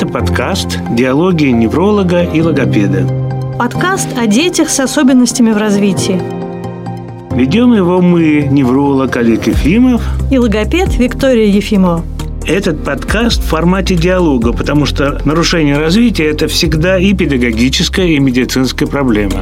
подкаст «Диалоги невролога и логопеда». Подкаст о детях с особенностями в развитии. Ведем его мы, невролог Олег Ефимов и логопед Виктория Ефимова. Этот подкаст в формате диалога, потому что нарушение развития – это всегда и педагогическая, и медицинская проблема.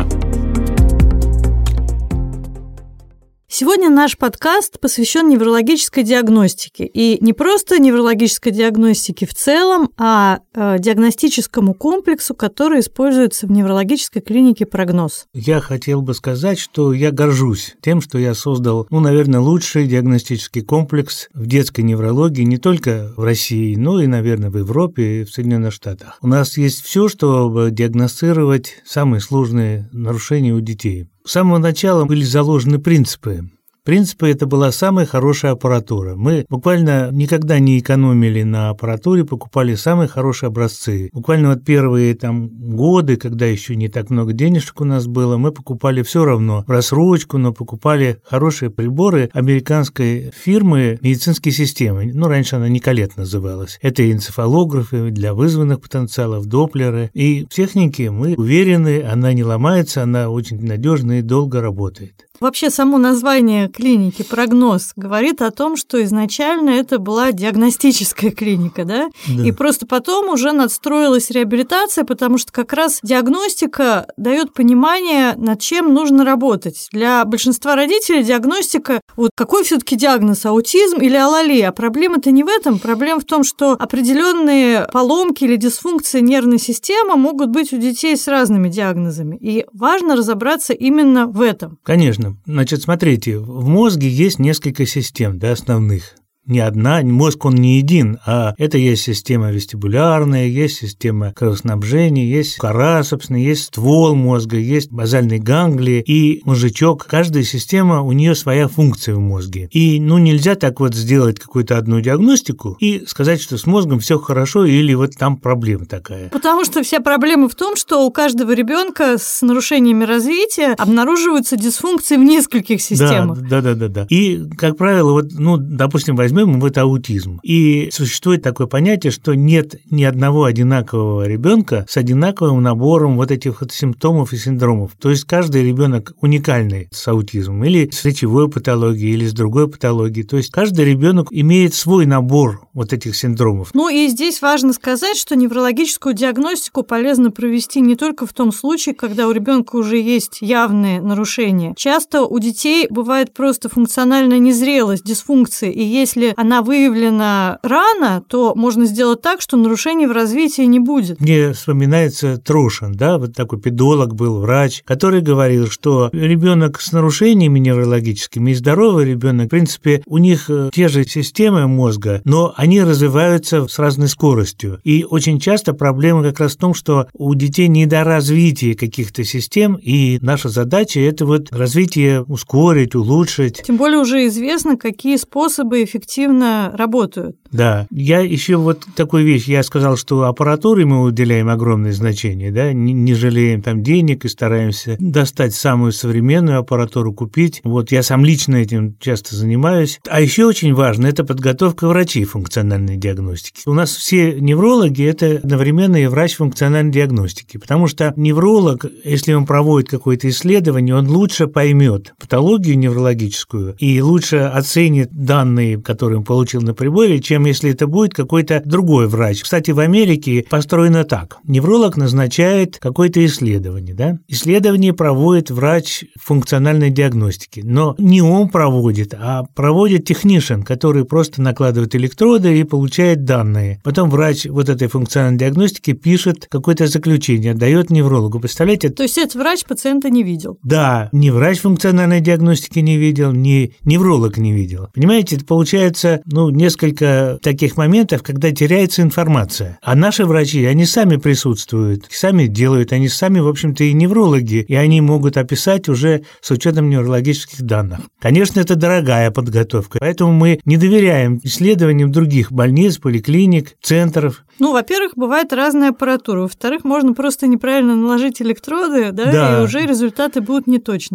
Сегодня наш подкаст посвящен неврологической диагностике. И не просто неврологической диагностике в целом, а диагностическому комплексу, который используется в неврологической клинике «Прогноз». Я хотел бы сказать, что я горжусь тем, что я создал, наверное, лучший диагностический комплекс в детской неврологии не только в России, но и, наверное, в Европе и в Соединенных Штатах. У нас есть все, чтобы диагностировать самые сложные нарушения у детей. С самого начала были заложены принципы. Принципы – это была самая хорошая аппаратура. Мы буквально никогда не экономили на аппаратуре, покупали самые хорошие образцы. Буквально первые годы, когда еще не так много денежек у нас было, мы покупали все равно в рассрочку, но покупали хорошие приборы американской фирмы медицинские системы. Раньше она Николет называлась. Это энцефалографы для вызванных потенциалов, доплеры. И в технике мы уверены, она не ломается, она очень надежна и долго работает. Вообще, само название клиники «Прогноз» говорит о том, что изначально это была диагностическая клиника, да? И просто потом уже надстроилась реабилитация, потому что как раз диагностика дает понимание, над чем нужно работать. Для большинства родителей диагностика, какой все-таки диагноз, аутизм или алалия? А проблема-то не в этом. Проблема в том, что определенные поломки или дисфункции нервной системы могут быть у детей с разными диагнозами. И важно разобраться именно в этом. Конечно. Значит, смотрите, в мозге есть несколько систем, основных. Не одна, мозг он не един, а это есть система вестибулярная, есть система кровоснабжения, есть кора, собственно, есть ствол мозга, есть базальные ганглии и мозжечок. Каждая система, у нее своя функция в мозге. И нельзя так сделать какую-то одну диагностику и сказать, что с мозгом все хорошо или там проблема такая. Потому что вся проблема в том, что у каждого ребенка с нарушениями развития обнаруживаются дисфункции в нескольких системах. Да. И, как правило, допустим, возьмем аутизм. И существует такое понятие, что нет ни одного одинакового ребенка с одинаковым набором этих симптомов и синдромов. То есть каждый ребенок уникальный с аутизмом или с речевой патологией, или с другой патологией. То есть каждый ребенок имеет свой набор этих синдромов. И здесь важно сказать, что неврологическую диагностику полезно провести не только в том случае, когда у ребенка уже есть явные нарушения. Часто у детей бывает просто функциональная незрелость, дисфункция, и если она выявлена рано, то можно сделать так, что нарушений в развитии не будет. Мне вспоминается Трошин, такой педолог был, врач, который говорил, что ребенок с нарушениями неврологическими и здоровый ребенок, в принципе, у них те же системы мозга, но они развиваются с разной скоростью. И очень часто проблема как раз в том, что у детей недоразвитие каких-то систем, и наша задача – это развитие ускорить, улучшить. Тем более уже известно, какие способы эффективно работают. Да, я еще такую вещь, я сказал, что аппаратуре мы уделяем огромное значение, не жалеем денег и стараемся достать самую современную аппаратуру, купить. Я сам лично этим часто занимаюсь. А еще очень важно – это подготовка врачей функциональной диагностики. У нас все неврологи – это одновременно и врач функциональной диагностики, потому что невролог, если он проводит какое-то исследование, он лучше поймет патологию неврологическую и лучше оценит данные, которые он получил на приборе, чем если это будет какой-то другой врач. Кстати, в Америке построено так. Невролог назначает какое-то исследование, Исследование проводит врач функциональной диагностики, но не он проводит, а проводит технишен, который просто накладывает электроды и получает данные. Потом врач этой функциональной диагностики пишет какое-то заключение, дает неврологу. Представляете? То есть этот врач пациента не видел? Да, ни врач функциональной диагностики не видел, ни невролог не видел. Понимаете, это получается, несколько таких моментов, когда теряется информация. А наши врачи, они сами присутствуют, сами делают, они сами, в общем-то, и неврологи, и они могут описать уже с учетом неврологических данных. Конечно, это дорогая подготовка, поэтому мы не доверяем исследованиям других больниц, поликлиник, центров. Во-первых, бывает разная аппаратура. Во-вторых, можно просто неправильно наложить электроды, и уже результаты будут неточными.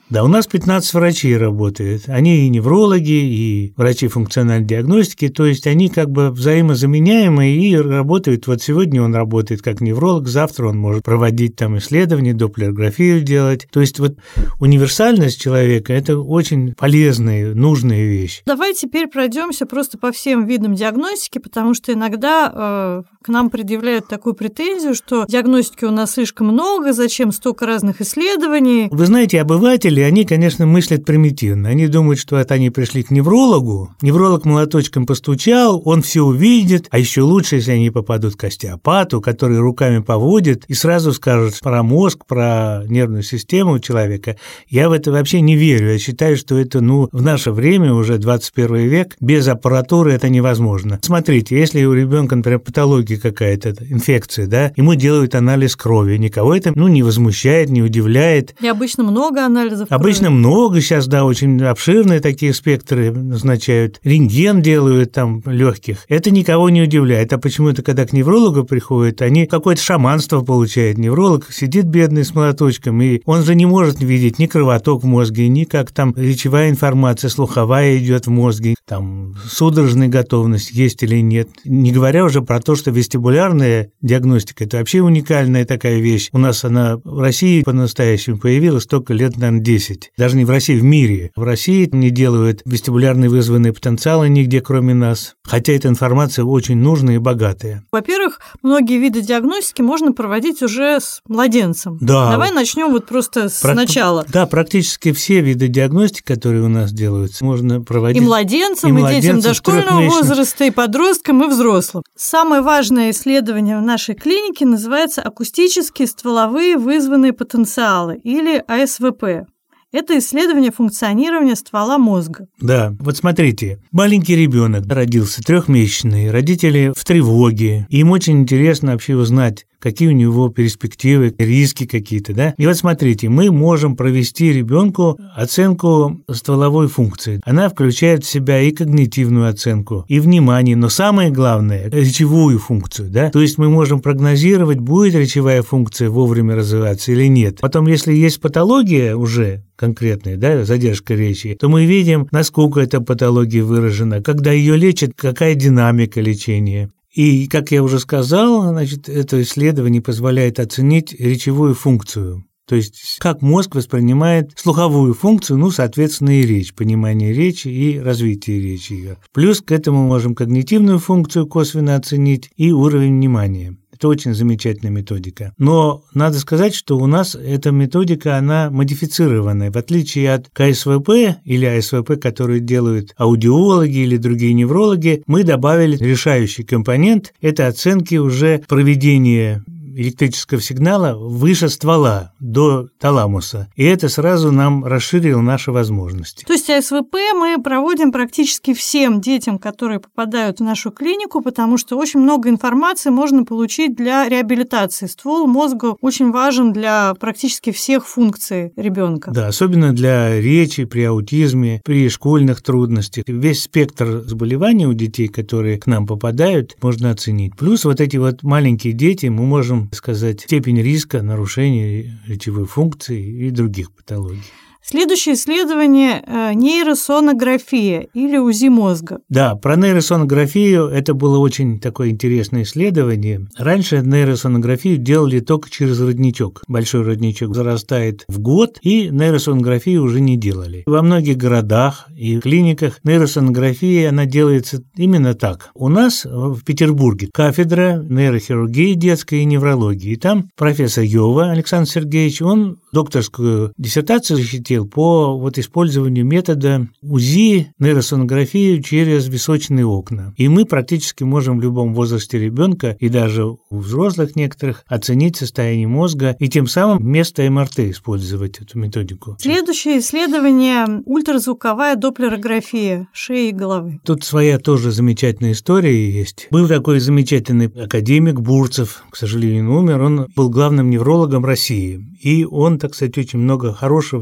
Да, у нас 15 врачей работает. Они и неврологи, и врачи функциональной диагностики, то есть они как бы взаимозаменяемые и работают. Вот сегодня он работает как невролог, завтра он может проводить там исследования, доплерографию делать. То есть вот универсальность человека – это очень полезная, нужная вещь. Давай теперь пройдемся просто по всем видам диагностики, потому что иногда к нам предъявляют такую претензию, что диагностики у нас слишком много, зачем столько разных исследований. Вы знаете, обыватели, они, конечно, мыслят примитивно. Они думают, что это они пришли к неврологу, невролог молоточком постучал, он все увидит, а еще лучше, если они попадут к остеопату, который руками поводит и сразу скажет про мозг, про нервную систему человека. Я в это вообще не верю. Я считаю, что это, в наше время, уже 21 век, без аппаратуры это невозможно. Смотрите, если у ребенка, например, патология какая-то, инфекция, да, ему делают анализ крови, никого это, не возмущает, не удивляет. И обычно много анализов крови. Обычно много, сейчас, да, очень обширные такие спектры назначают. Рентген делают там легких. Это никого не удивляет. А почему-то, когда к неврологу приходят, они какое-то шаманство получают. Невролог сидит бедный с молоточком, и он же не может видеть ни кровоток в мозге, ни как там речевая информация, слуховая идет в мозге, там судорожная готовность есть или нет. Не говоря уже про то, что вестибулярная диагностика – это вообще уникальная такая вещь. У нас она в России по-настоящему появилась только лет, наверное, 10. Даже не в России, в мире. В России не делают вестибулярные вызванные потенциалы нигде, кроме нас. Хотя эта информация очень нужная и богатая. Во-первых, многие виды диагностики можно проводить уже с младенцем. Да. Давай начнем вот просто сначала. Да, практически все виды диагностики, которые у нас делаются, можно проводить. И младенцам, и детям дошкольного возраста, и подросткам, и взрослым. Самое важное исследование в нашей клинике называется акустические стволовые вызванные потенциалы, или АСВП. Это исследование функционирования ствола мозга. Да, вот смотрите, маленький ребенок родился, 3-месячный, родители в тревоге, и им очень интересно вообще узнать, какие у него перспективы, риски какие-то, да? И вот смотрите, мы можем провести ребенку оценку стволовой функции. Она включает в себя и когнитивную оценку, и внимание, но самое главное – речевую функцию, да? То есть мы можем прогнозировать, будет речевая функция вовремя развиваться или нет. Потом, если есть патология уже конкретная, да, задержка речи, то мы видим, насколько эта патология выражена, когда ее лечат, какая динамика лечения. И, как я уже сказал, значит, это исследование позволяет оценить речевую функцию. То есть, как мозг воспринимает слуховую функцию, соответственно, и речь, понимание речи и развитие речи. Плюс к этому можем когнитивную функцию косвенно оценить и уровень внимания. Это очень замечательная методика. Но надо сказать, что у нас эта методика, она модифицированная. В отличие от КСВП или АСВП, которые делают аудиологи или другие неврологи, мы добавили решающий компонент – это оценки уже проведения электрического сигнала выше ствола, до таламуса. И это сразу нам расширило наши возможности. То есть АСВП мы проводим практически всем детям, которые попадают в нашу клинику, потому что очень много информации можно получить для реабилитации. Ствол мозга очень важен для практически всех функций ребенка. Да, особенно для речи, при аутизме, при школьных трудностях. Весь спектр заболеваний у детей, которые к нам попадают, можно оценить. Плюс вот эти вот маленькие дети, мы можем сказать степень риска нарушения речевой функции и других патологий. Следующее исследование – нейросонография или УЗИ мозга. Да, про нейросонографию это было очень такое интересное исследование. Раньше нейросонографию делали только через родничок. Большой родничок зарастает в год, и нейросонографию уже не делали. Во многих городах и клиниках нейросонография, она делается именно так. У нас в Петербурге кафедра нейрохирургии детской и неврологии. И там профессор Йова Александр Сергеевич, он докторскую диссертацию защитил по использованию метода УЗИ, нейросонографии через височные окна. И мы практически можем в любом возрасте ребенка и даже у взрослых некоторых оценить состояние мозга и тем самым вместо МРТ использовать эту методику. Следующее исследование – ультразвуковая доплерография шеи и головы. Тут своя тоже замечательная история есть. Был такой замечательный академик Бурцев, к сожалению, умер. Он был главным неврологом России. И он, так сказать, очень много хорошего сделал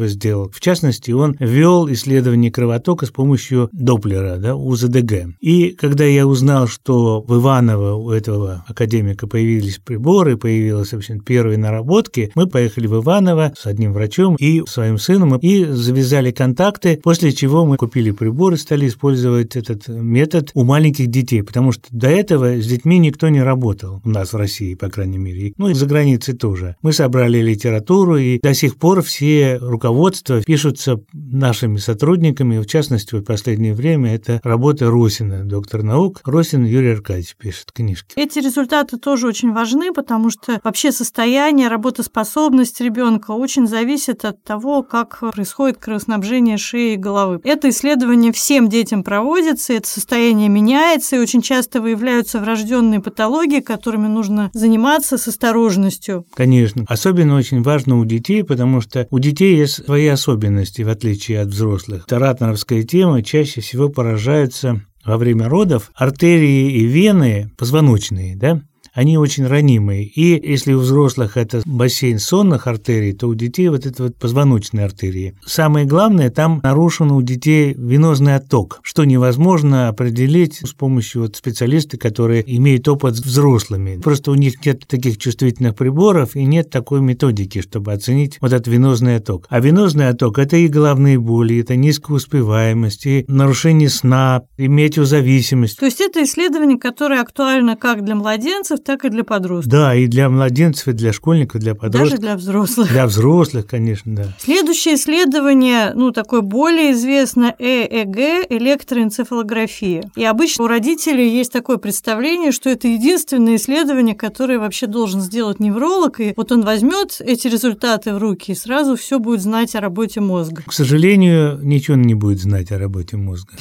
делал. В частности, он ввел исследование кровотока с помощью Доплера, да, УЗДГ. И когда я узнал, что в Иваново у этого академика появились приборы, появились, в общем, первые наработки, мы поехали в Иваново с одним врачом и своим сыном и завязали контакты, после чего мы купили приборы, стали использовать этот метод у маленьких детей, потому что до этого с детьми никто не работал у нас в России, по крайней мере, ну и за границей тоже. Мы собрали литературу, и до сих пор все руководства пишутся нашими сотрудниками, в частности, в последнее время это работа Росина, доктор наук. Росин Юрий Аркадьевич пишет книжки. Эти результаты тоже очень важны, потому что вообще состояние, работоспособность ребенка очень зависит от того, как происходит кровоснабжение шеи и головы. Это исследование всем детям проводится, это состояние меняется, и очень часто выявляются врожденные патологии, которыми нужно заниматься с осторожностью. Конечно. Особенно очень важно у детей, потому что у детей есть свои особенности, в отличие от взрослых. Это ратнеровская тема, чаще всего поражаются во время родов артерии и вены позвоночные, да? Они очень ранимые. И если у взрослых это бассейн сонных артерий, то у детей вот это вот позвоночные артерии. Самое главное, там нарушен у детей венозный отток, что невозможно определить с помощью вот специалистов, которые имеют опыт с взрослыми. Просто у них нет таких чувствительных приборов и нет такой методики, чтобы оценить вот этот венозный отток. А венозный отток – это и головные боли, это низкая успеваемость, и нарушение сна, и метеозависимость. То есть это исследование, которое актуально как для младенцев, так и для подростков. Да, и для младенцев, и для школьников, для подростков. Даже для взрослых. Для взрослых, конечно, да. Следующее исследование, такое более известно, ЭЭГ, электроэнцефалография. И обычно у родителей есть такое представление, что это единственное исследование, которое вообще должен сделать невролог, и вот он возьмет эти результаты в руки и сразу все будет знать о работе мозга. К сожалению, ничего он не будет знать о работе мозга.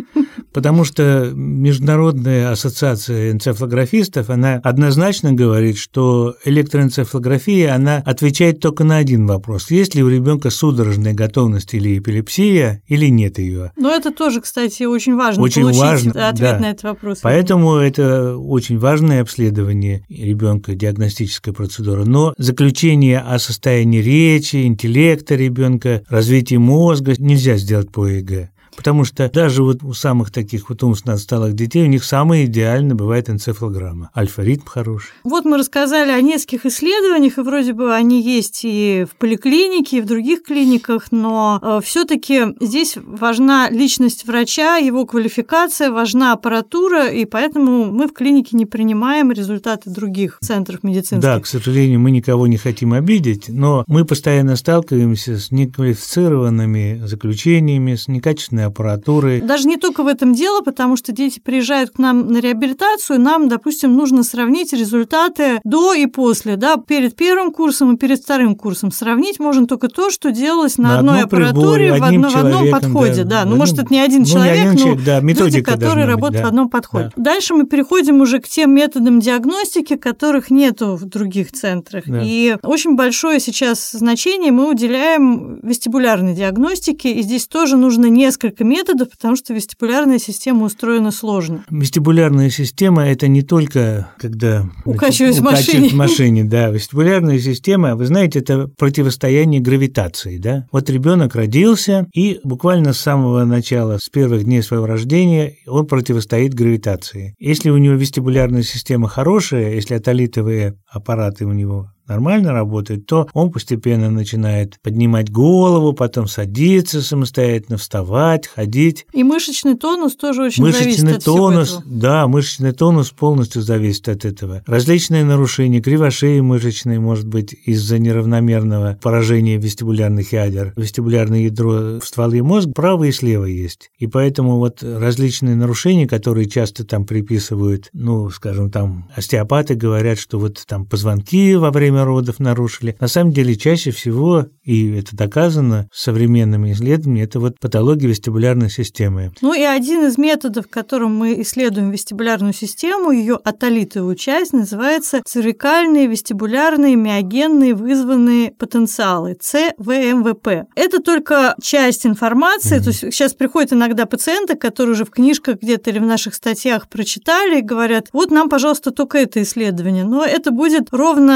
Потому что Международная ассоциация энцефалографистов, она однозначно говорит, что электроэнцефалография, она отвечает только на один вопрос: есть ли у ребенка судорожная готовность или эпилепсия, или нет ее. Но это тоже, кстати, очень важно, получить ответ на этот вопрос. Поэтому это очень важное обследование ребенка, диагностическая процедура. Но заключение о состоянии речи, интеллекта ребенка, развитии мозга нельзя сделать по ЭЭГ. Потому что даже вот у самых таких вот умственно отсталых детей у них самое идеальное бывает энцефалограмма. Альфа-ритм хороший. Вот мы рассказали о нескольких исследованиях, и вроде бы они есть и в поликлинике, и в других клиниках, но все-таки здесь важна личность врача, его квалификация, важна аппаратура, и поэтому мы в клинике не принимаем результаты других центров медицинских. Да, к сожалению, мы никого не хотим обидеть, но мы постоянно сталкиваемся с неквалифицированными заключениями, с некачественной аппаратуры. Даже не только в этом дело, потому что дети приезжают к нам на реабилитацию, нам, допустим, нужно сравнить результаты до и после, да, перед первым курсом и перед вторым курсом. Сравнить можно только то, что делалось на одной аппаратуре, в одном подходе. Да. Ну, может, это не один человек, но люди, которые работают в одном подходе. Да. Дальше мы переходим уже к тем методам диагностики, которых нету в других центрах. Да. И очень большое сейчас значение мы уделяем вестибулярной диагностике, и здесь тоже нужно несколько методов, потому что вестибулярная система устроена сложно. Вестибулярная система – это не только когда укачивать в машине. Да, вестибулярная система, вы знаете, это противостояние гравитации. Да? Вот ребенок родился, и буквально с самого начала, с первых дней своего рождения, он противостоит гравитации. Если у него вестибулярная система хорошая, если отолитовые аппараты у него нормально работает, то он постепенно начинает поднимать голову, потом садиться самостоятельно, вставать, ходить. И мышечный тонус тоже очень зависит от всего этого. Да, мышечный тонус полностью зависит от этого. Различные нарушения, кривошеи мышечные, может быть, из-за неравномерного поражения вестибулярных ядер. Вестибулярное ядро в стволе мозга правое и слева есть. И поэтому вот различные нарушения, которые часто там приписывают, скажем, там остеопаты говорят, что вот там позвонки во время родов нарушили. На самом деле, чаще всего, и это доказано современными исследованиями, это вот патология вестибулярной системы. И один из методов, которым мы исследуем вестибулярную систему, ее атолитовую часть, называется цервикальные вестибулярные миогенные вызванные потенциалы, ЦВМВП. Это только часть информации, то есть сейчас приходят иногда пациенты, которые уже в книжках где-то или в наших статьях прочитали и говорят: вот нам, пожалуйста, только это исследование. Но это будет ровно 1/3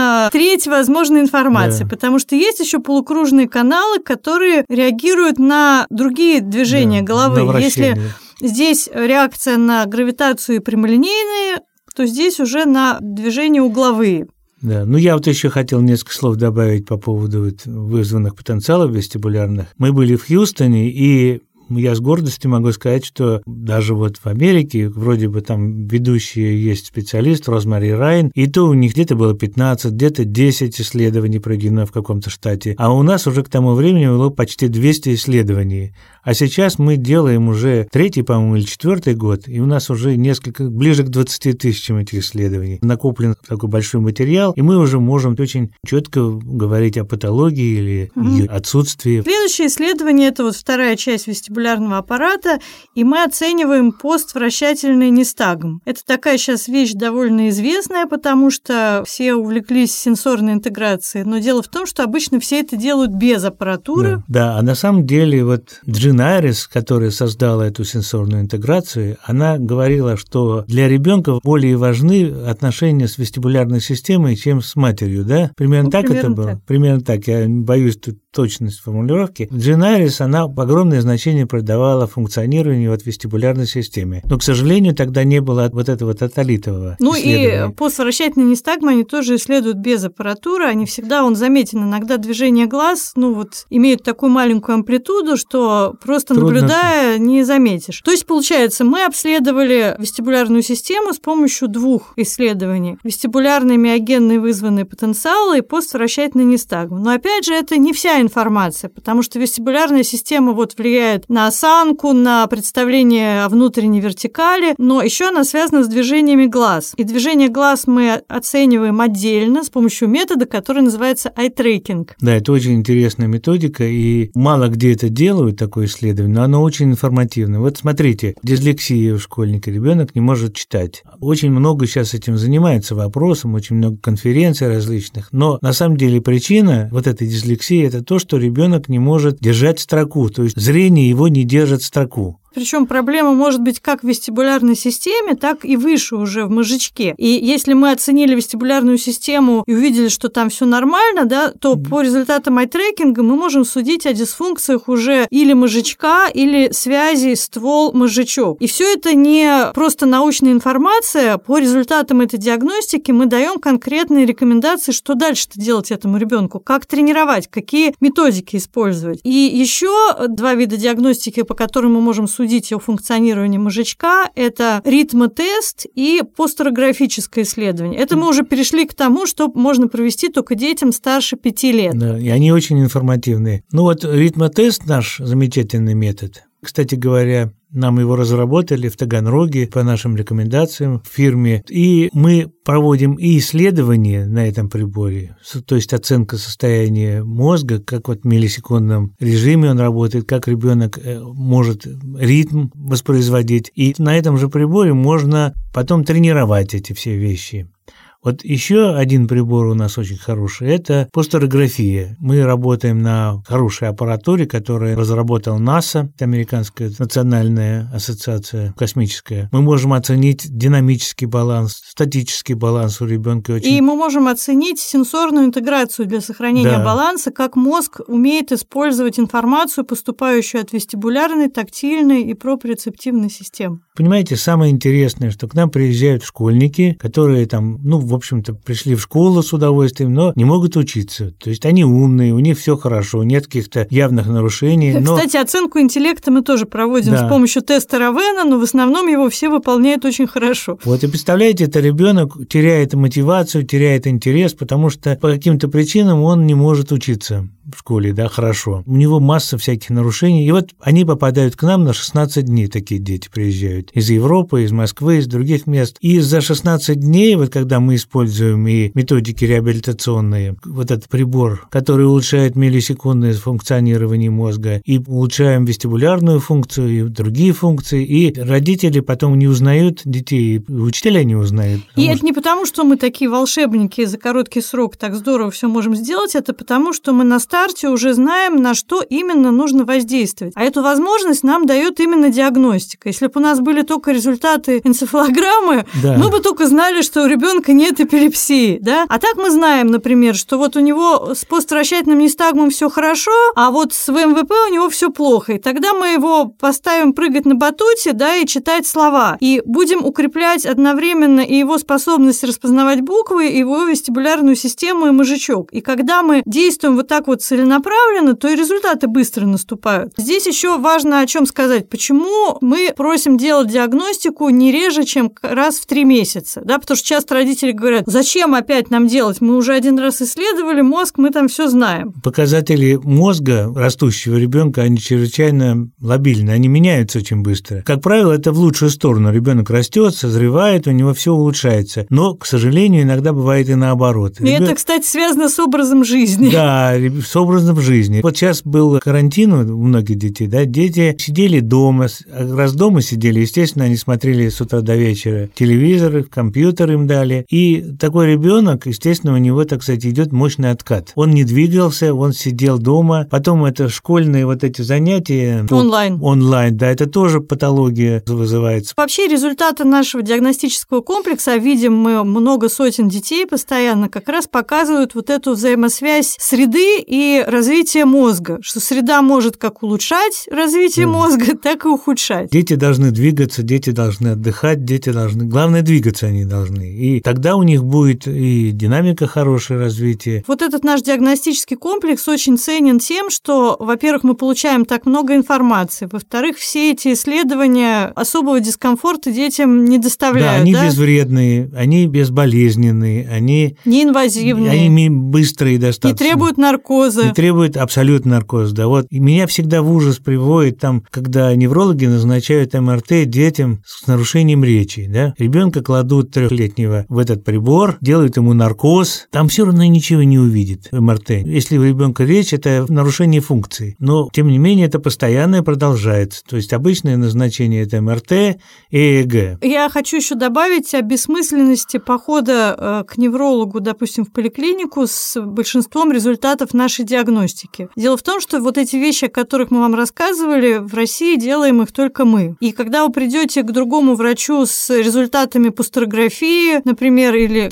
треть возможной информации, потому что есть еще полукружные каналы, которые реагируют на другие движения головы. Если здесь реакция на гравитацию и прямолинейные, то здесь уже на движения угловые. Да, я вот еще хотел несколько слов добавить по поводу вызванных потенциалов вестибулярных. Мы были в Хьюстоне, и я с гордостью могу сказать, что даже в Америке вроде бы там ведущие есть специалист Розмари Райн, и то у них где-то было 15, где-то 10 исследований проведено в каком-то штате, а у нас уже к тому времени было почти 200 исследований. А сейчас мы делаем уже 3-й, по-моему, или 4-й год, и у нас уже ближе к 20 тысячам этих исследований. Накоплен такой большой материал, и мы уже можем очень четко говорить о патологии или ее отсутствии. Следующее исследование – это вторая часть вестибулярного аппарата, и мы оцениваем поствращательный нистагм. Это такая сейчас вещь довольно известная, потому что все увлеклись сенсорной интеграцией, но дело в том, что обычно все это делают без аппаратуры. Да, а на самом деле Джин Айрис, которая создала эту сенсорную интеграцию, она говорила, что для ребенка более важны отношения с вестибулярной системой, чем с матерью, да? Примерно так это было? Примерно так. Я боюсь тут точность формулировки. Джин Айрис, она огромное значение придавала функционированию вестибулярной системе. Но, к сожалению, тогда не было этого тоталитового исследования. И поствращательный нистагм они тоже исследуют без аппаратуры. Они всегда, он заметен, иногда движения глаз, имеют такую маленькую амплитуду, что просто наблюдая не заметишь. То есть, получается, мы обследовали вестибулярную систему с помощью 2 исследований. Вестибулярный миогенный вызванный потенциал и поствращательный нистагм. Но, опять же, это не вся информация, потому что вестибулярная система влияет на осанку, на представление о внутренней вертикали, но еще она связана с движениями глаз. И движение глаз мы оцениваем отдельно с помощью метода, который называется eye-tracking. Да, это очень интересная методика, и мало где это делают, такое исследование, но оно очень информативное. Смотрите, дислексия у школьника, ребенок не может читать. Очень много сейчас этим занимается вопросом, очень много конференций различных, но на самом деле причина этой дислексии – это то, что ребенок не может держать строку, то есть зрение его не держит строку. Причем проблема может быть как в вестибулярной системе, так и выше уже в мозжечке. И если мы оценили вестибулярную систему и увидели, что там все нормально, то по результатам ай-трекинга мы можем судить о дисфункциях уже или мозжечка, или связи ствол-мозжечок. И все это не просто научная информация. По результатам этой диагностики мы даем конкретные рекомендации, что дальше-то делать этому ребенку, как тренировать, какие методики использовать. И еще 2 вида диагностики, по которым мы можем судить о функционировании мозжечка, это ритмотест и постерографическое исследование. Это мы уже перешли к тому, что можно провести только детям старше 5 лет. Да, и они очень информативные. Ритмотест наш замечательный метод. Кстати говоря, нам его разработали в Таганроге по нашим рекомендациям в фирме. И мы проводим и исследования на этом приборе, то есть оценка состояния мозга, как в миллисекундном режиме он работает, как ребенок может ритм воспроизводить. И на этом же приборе можно потом тренировать эти все вещи. Еще один прибор у нас очень хороший – это постерография. Мы работаем на хорошей аппаратуре, которую разработала НАСА, американская национальная ассоциация космическая. Мы можем оценить динамический баланс, статический баланс у ребенка. И мы можем оценить сенсорную интеграцию для сохранения баланса, как мозг умеет использовать информацию, поступающую от вестибулярной, тактильной и проприоцептивной систем. Понимаете, самое интересное, что к нам приезжают школьники, которые в общем-то, пришли в школу с удовольствием, но не могут учиться. То есть они умные, у них все хорошо, нет каких-то явных нарушений. Кстати, оценку интеллекта мы тоже проводим с помощью теста Равена, но в основном его все выполняют очень хорошо. И представляете, это ребенок теряет мотивацию, теряет интерес, потому что по каким-то причинам он не может учиться в школе, хорошо. У него масса всяких нарушений. И они попадают к нам на 16 дней, такие дети приезжают. Из Европы, из Москвы, из других мест. И за 16 дней, когда мы используем и методики реабилитационные, этот прибор, который улучшает миллисекундное функционирование мозга, и улучшаем вестибулярную функцию, и другие функции, и родители потом не узнают детей, и учителя не узнают. И это не потому, что мы такие волшебники, за короткий срок так здорово все можем сделать, это потому, что мы настаиваем старте уже знаем, на что именно нужно воздействовать. А эту возможность нам дает именно диагностика. Если бы у нас были только результаты энцефалограммы, мы бы только знали, что у ребенка нет эпилепсии, да? А так мы знаем, например, что вот у него с постврачательным нистагмом все хорошо, а вот с ВМВП у него все плохо. И тогда мы его поставим прыгать на батуте, да, и читать слова. И будем укреплять одновременно и его способность распознавать буквы, и его вестибулярную систему и мозжечок. И когда мы действуем вот так вот целенаправленно, то и результаты быстро наступают. Здесь еще важно о чем сказать. Почему мы просим делать диагностику не реже, чем раз в 3 месяца? Да, потому что часто родители говорят, зачем опять нам делать? Мы уже один раз исследовали мозг, мы там все знаем. Показатели мозга растущего ребенка, они чрезвычайно лобильны, они меняются очень быстро. Как правило, это в лучшую сторону. Ребенок растет, созревает, у него все улучшается. Но, к сожалению, иногда бывает и наоборот. И это, кстати, связано с образом жизни. Да, с образом жизни. Вот сейчас был карантин у многих детей, да, дети сидели дома, раз дома сидели, естественно, они смотрели с утра до вечера телевизор, компьютер им дали, и такой ребенок, естественно, у него, так сказать, идет мощный откат. Он не двигался, он сидел дома, потом это школьные вот эти занятия. Онлайн, да, это тоже патология вызывается. Вообще результаты нашего диагностического комплекса, видим мы много сотен детей постоянно, как раз показывают вот эту взаимосвязь среды и развития мозга, что среда может как улучшать развитие мозга, так и ухудшать. Дети должны двигаться, дети должны отдыхать, дети должны... Главное, двигаться они должны. И тогда у них будет и динамика хорошее развитие. Вот этот наш диагностический комплекс очень ценен тем, что, во-первых, мы получаем так много информации, во-вторых, все эти исследования особого дискомфорта детям не доставляют. Да, они безвредные, они безболезненные, они... неинвазивные. Они быстрые достаточно. Не требуют наркоза. Не требуют абсолютно наркоза, да. Вот. И меня всегда в ужас приводит там, когда неврологи назначают МРТ детям с нарушением речи, да. Ребенка кладут 3-летнего в этот прибор, делают ему наркоз, там все равно ничего не увидит МРТ. Если у ребенка речь, это нарушение функции. Но, тем не менее, это постоянное продолжается. То есть обычное назначение – это МРТ и ЭЭГ. Я хочу еще добавить о бессмысленности похода к неврологу, допустим, в поликлинику с большинством результатов нашей диагностики. Дело в том, что вот эти вещи, о которых мы вам рассказывали, в России делаем их только мы. И когда вы придете к другому врачу с результатами пустерографии, например, или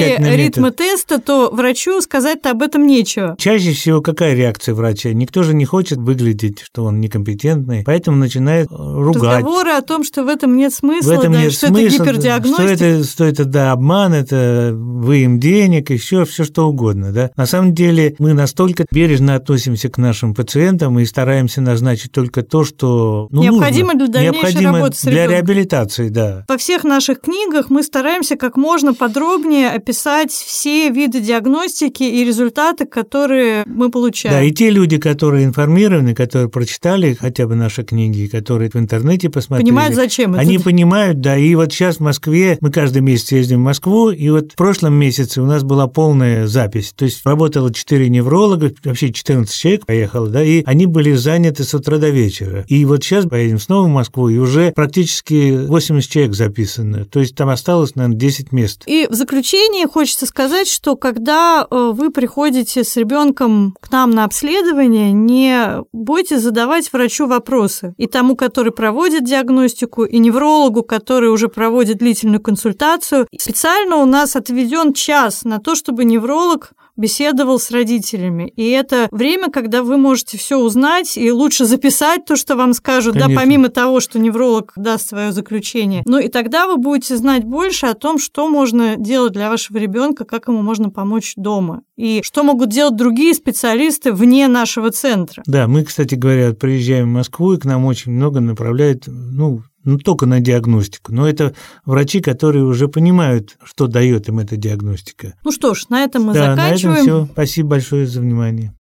ритмотеста, то врачу сказать-то об этом нечего. Чаще всего какая реакция врача? Никто же не хочет выглядеть, что он некомпетентный, поэтому начинает ругать. Разговоры о том, что в этом нет смысла, это гипердиагностика. Что это обман, это выем денег, еще все что угодно. Да? На самом деле мы настолько бережно относимся к нашим пациентам и стараемся назначить только то, что необходимо нужно. Для дальнейшей работы с ребенком. Для реабилитации, да. Во всех наших книгах мы стараемся как можно подробнее описать все виды диагностики и результаты, которые мы получаем. Да, и те люди, которые информированы, которые прочитали хотя бы наши книги, которые в интернете посмотрели. Понимают, зачем это. Они понимают, да, и вот сейчас в Москве, мы каждый месяц ездим в Москву, и вот в прошлом месяце у нас была полная запись, то есть работало 4 невролога, вообще 14 человек поехало, да, и они были заняты с утра до вечера. И вот сейчас поедем снова в Москву, и уже практически 80 человек записано, то есть там осталось, наверное, 10 мест. И в заключение хочется сказать, что когда вы приходите с ребенком к нам на обследование, не бойтесь задавать врачу вопросы. И тому, который проводит диагностику, и неврологу, который уже проводит длительную консультацию. Специально у нас отведен час на то, чтобы невролог беседовал с родителями. И это время, когда вы можете все узнать и лучше записать то, что вам скажут, да, помимо того, что невролог даст свое заключение. Ну и тогда вы будете знать больше о том, что можно делать для вашего ребенка, как ему можно помочь дома. И что могут делать другие специалисты вне нашего центра. Да, мы, кстати говоря, приезжаем в Москву, и к нам очень много направляют, только на диагностику. Но это врачи, которые уже понимают, что дает им эта диагностика. Ну что ж, на этом мы заканчиваем. На этом все. Спасибо большое за внимание.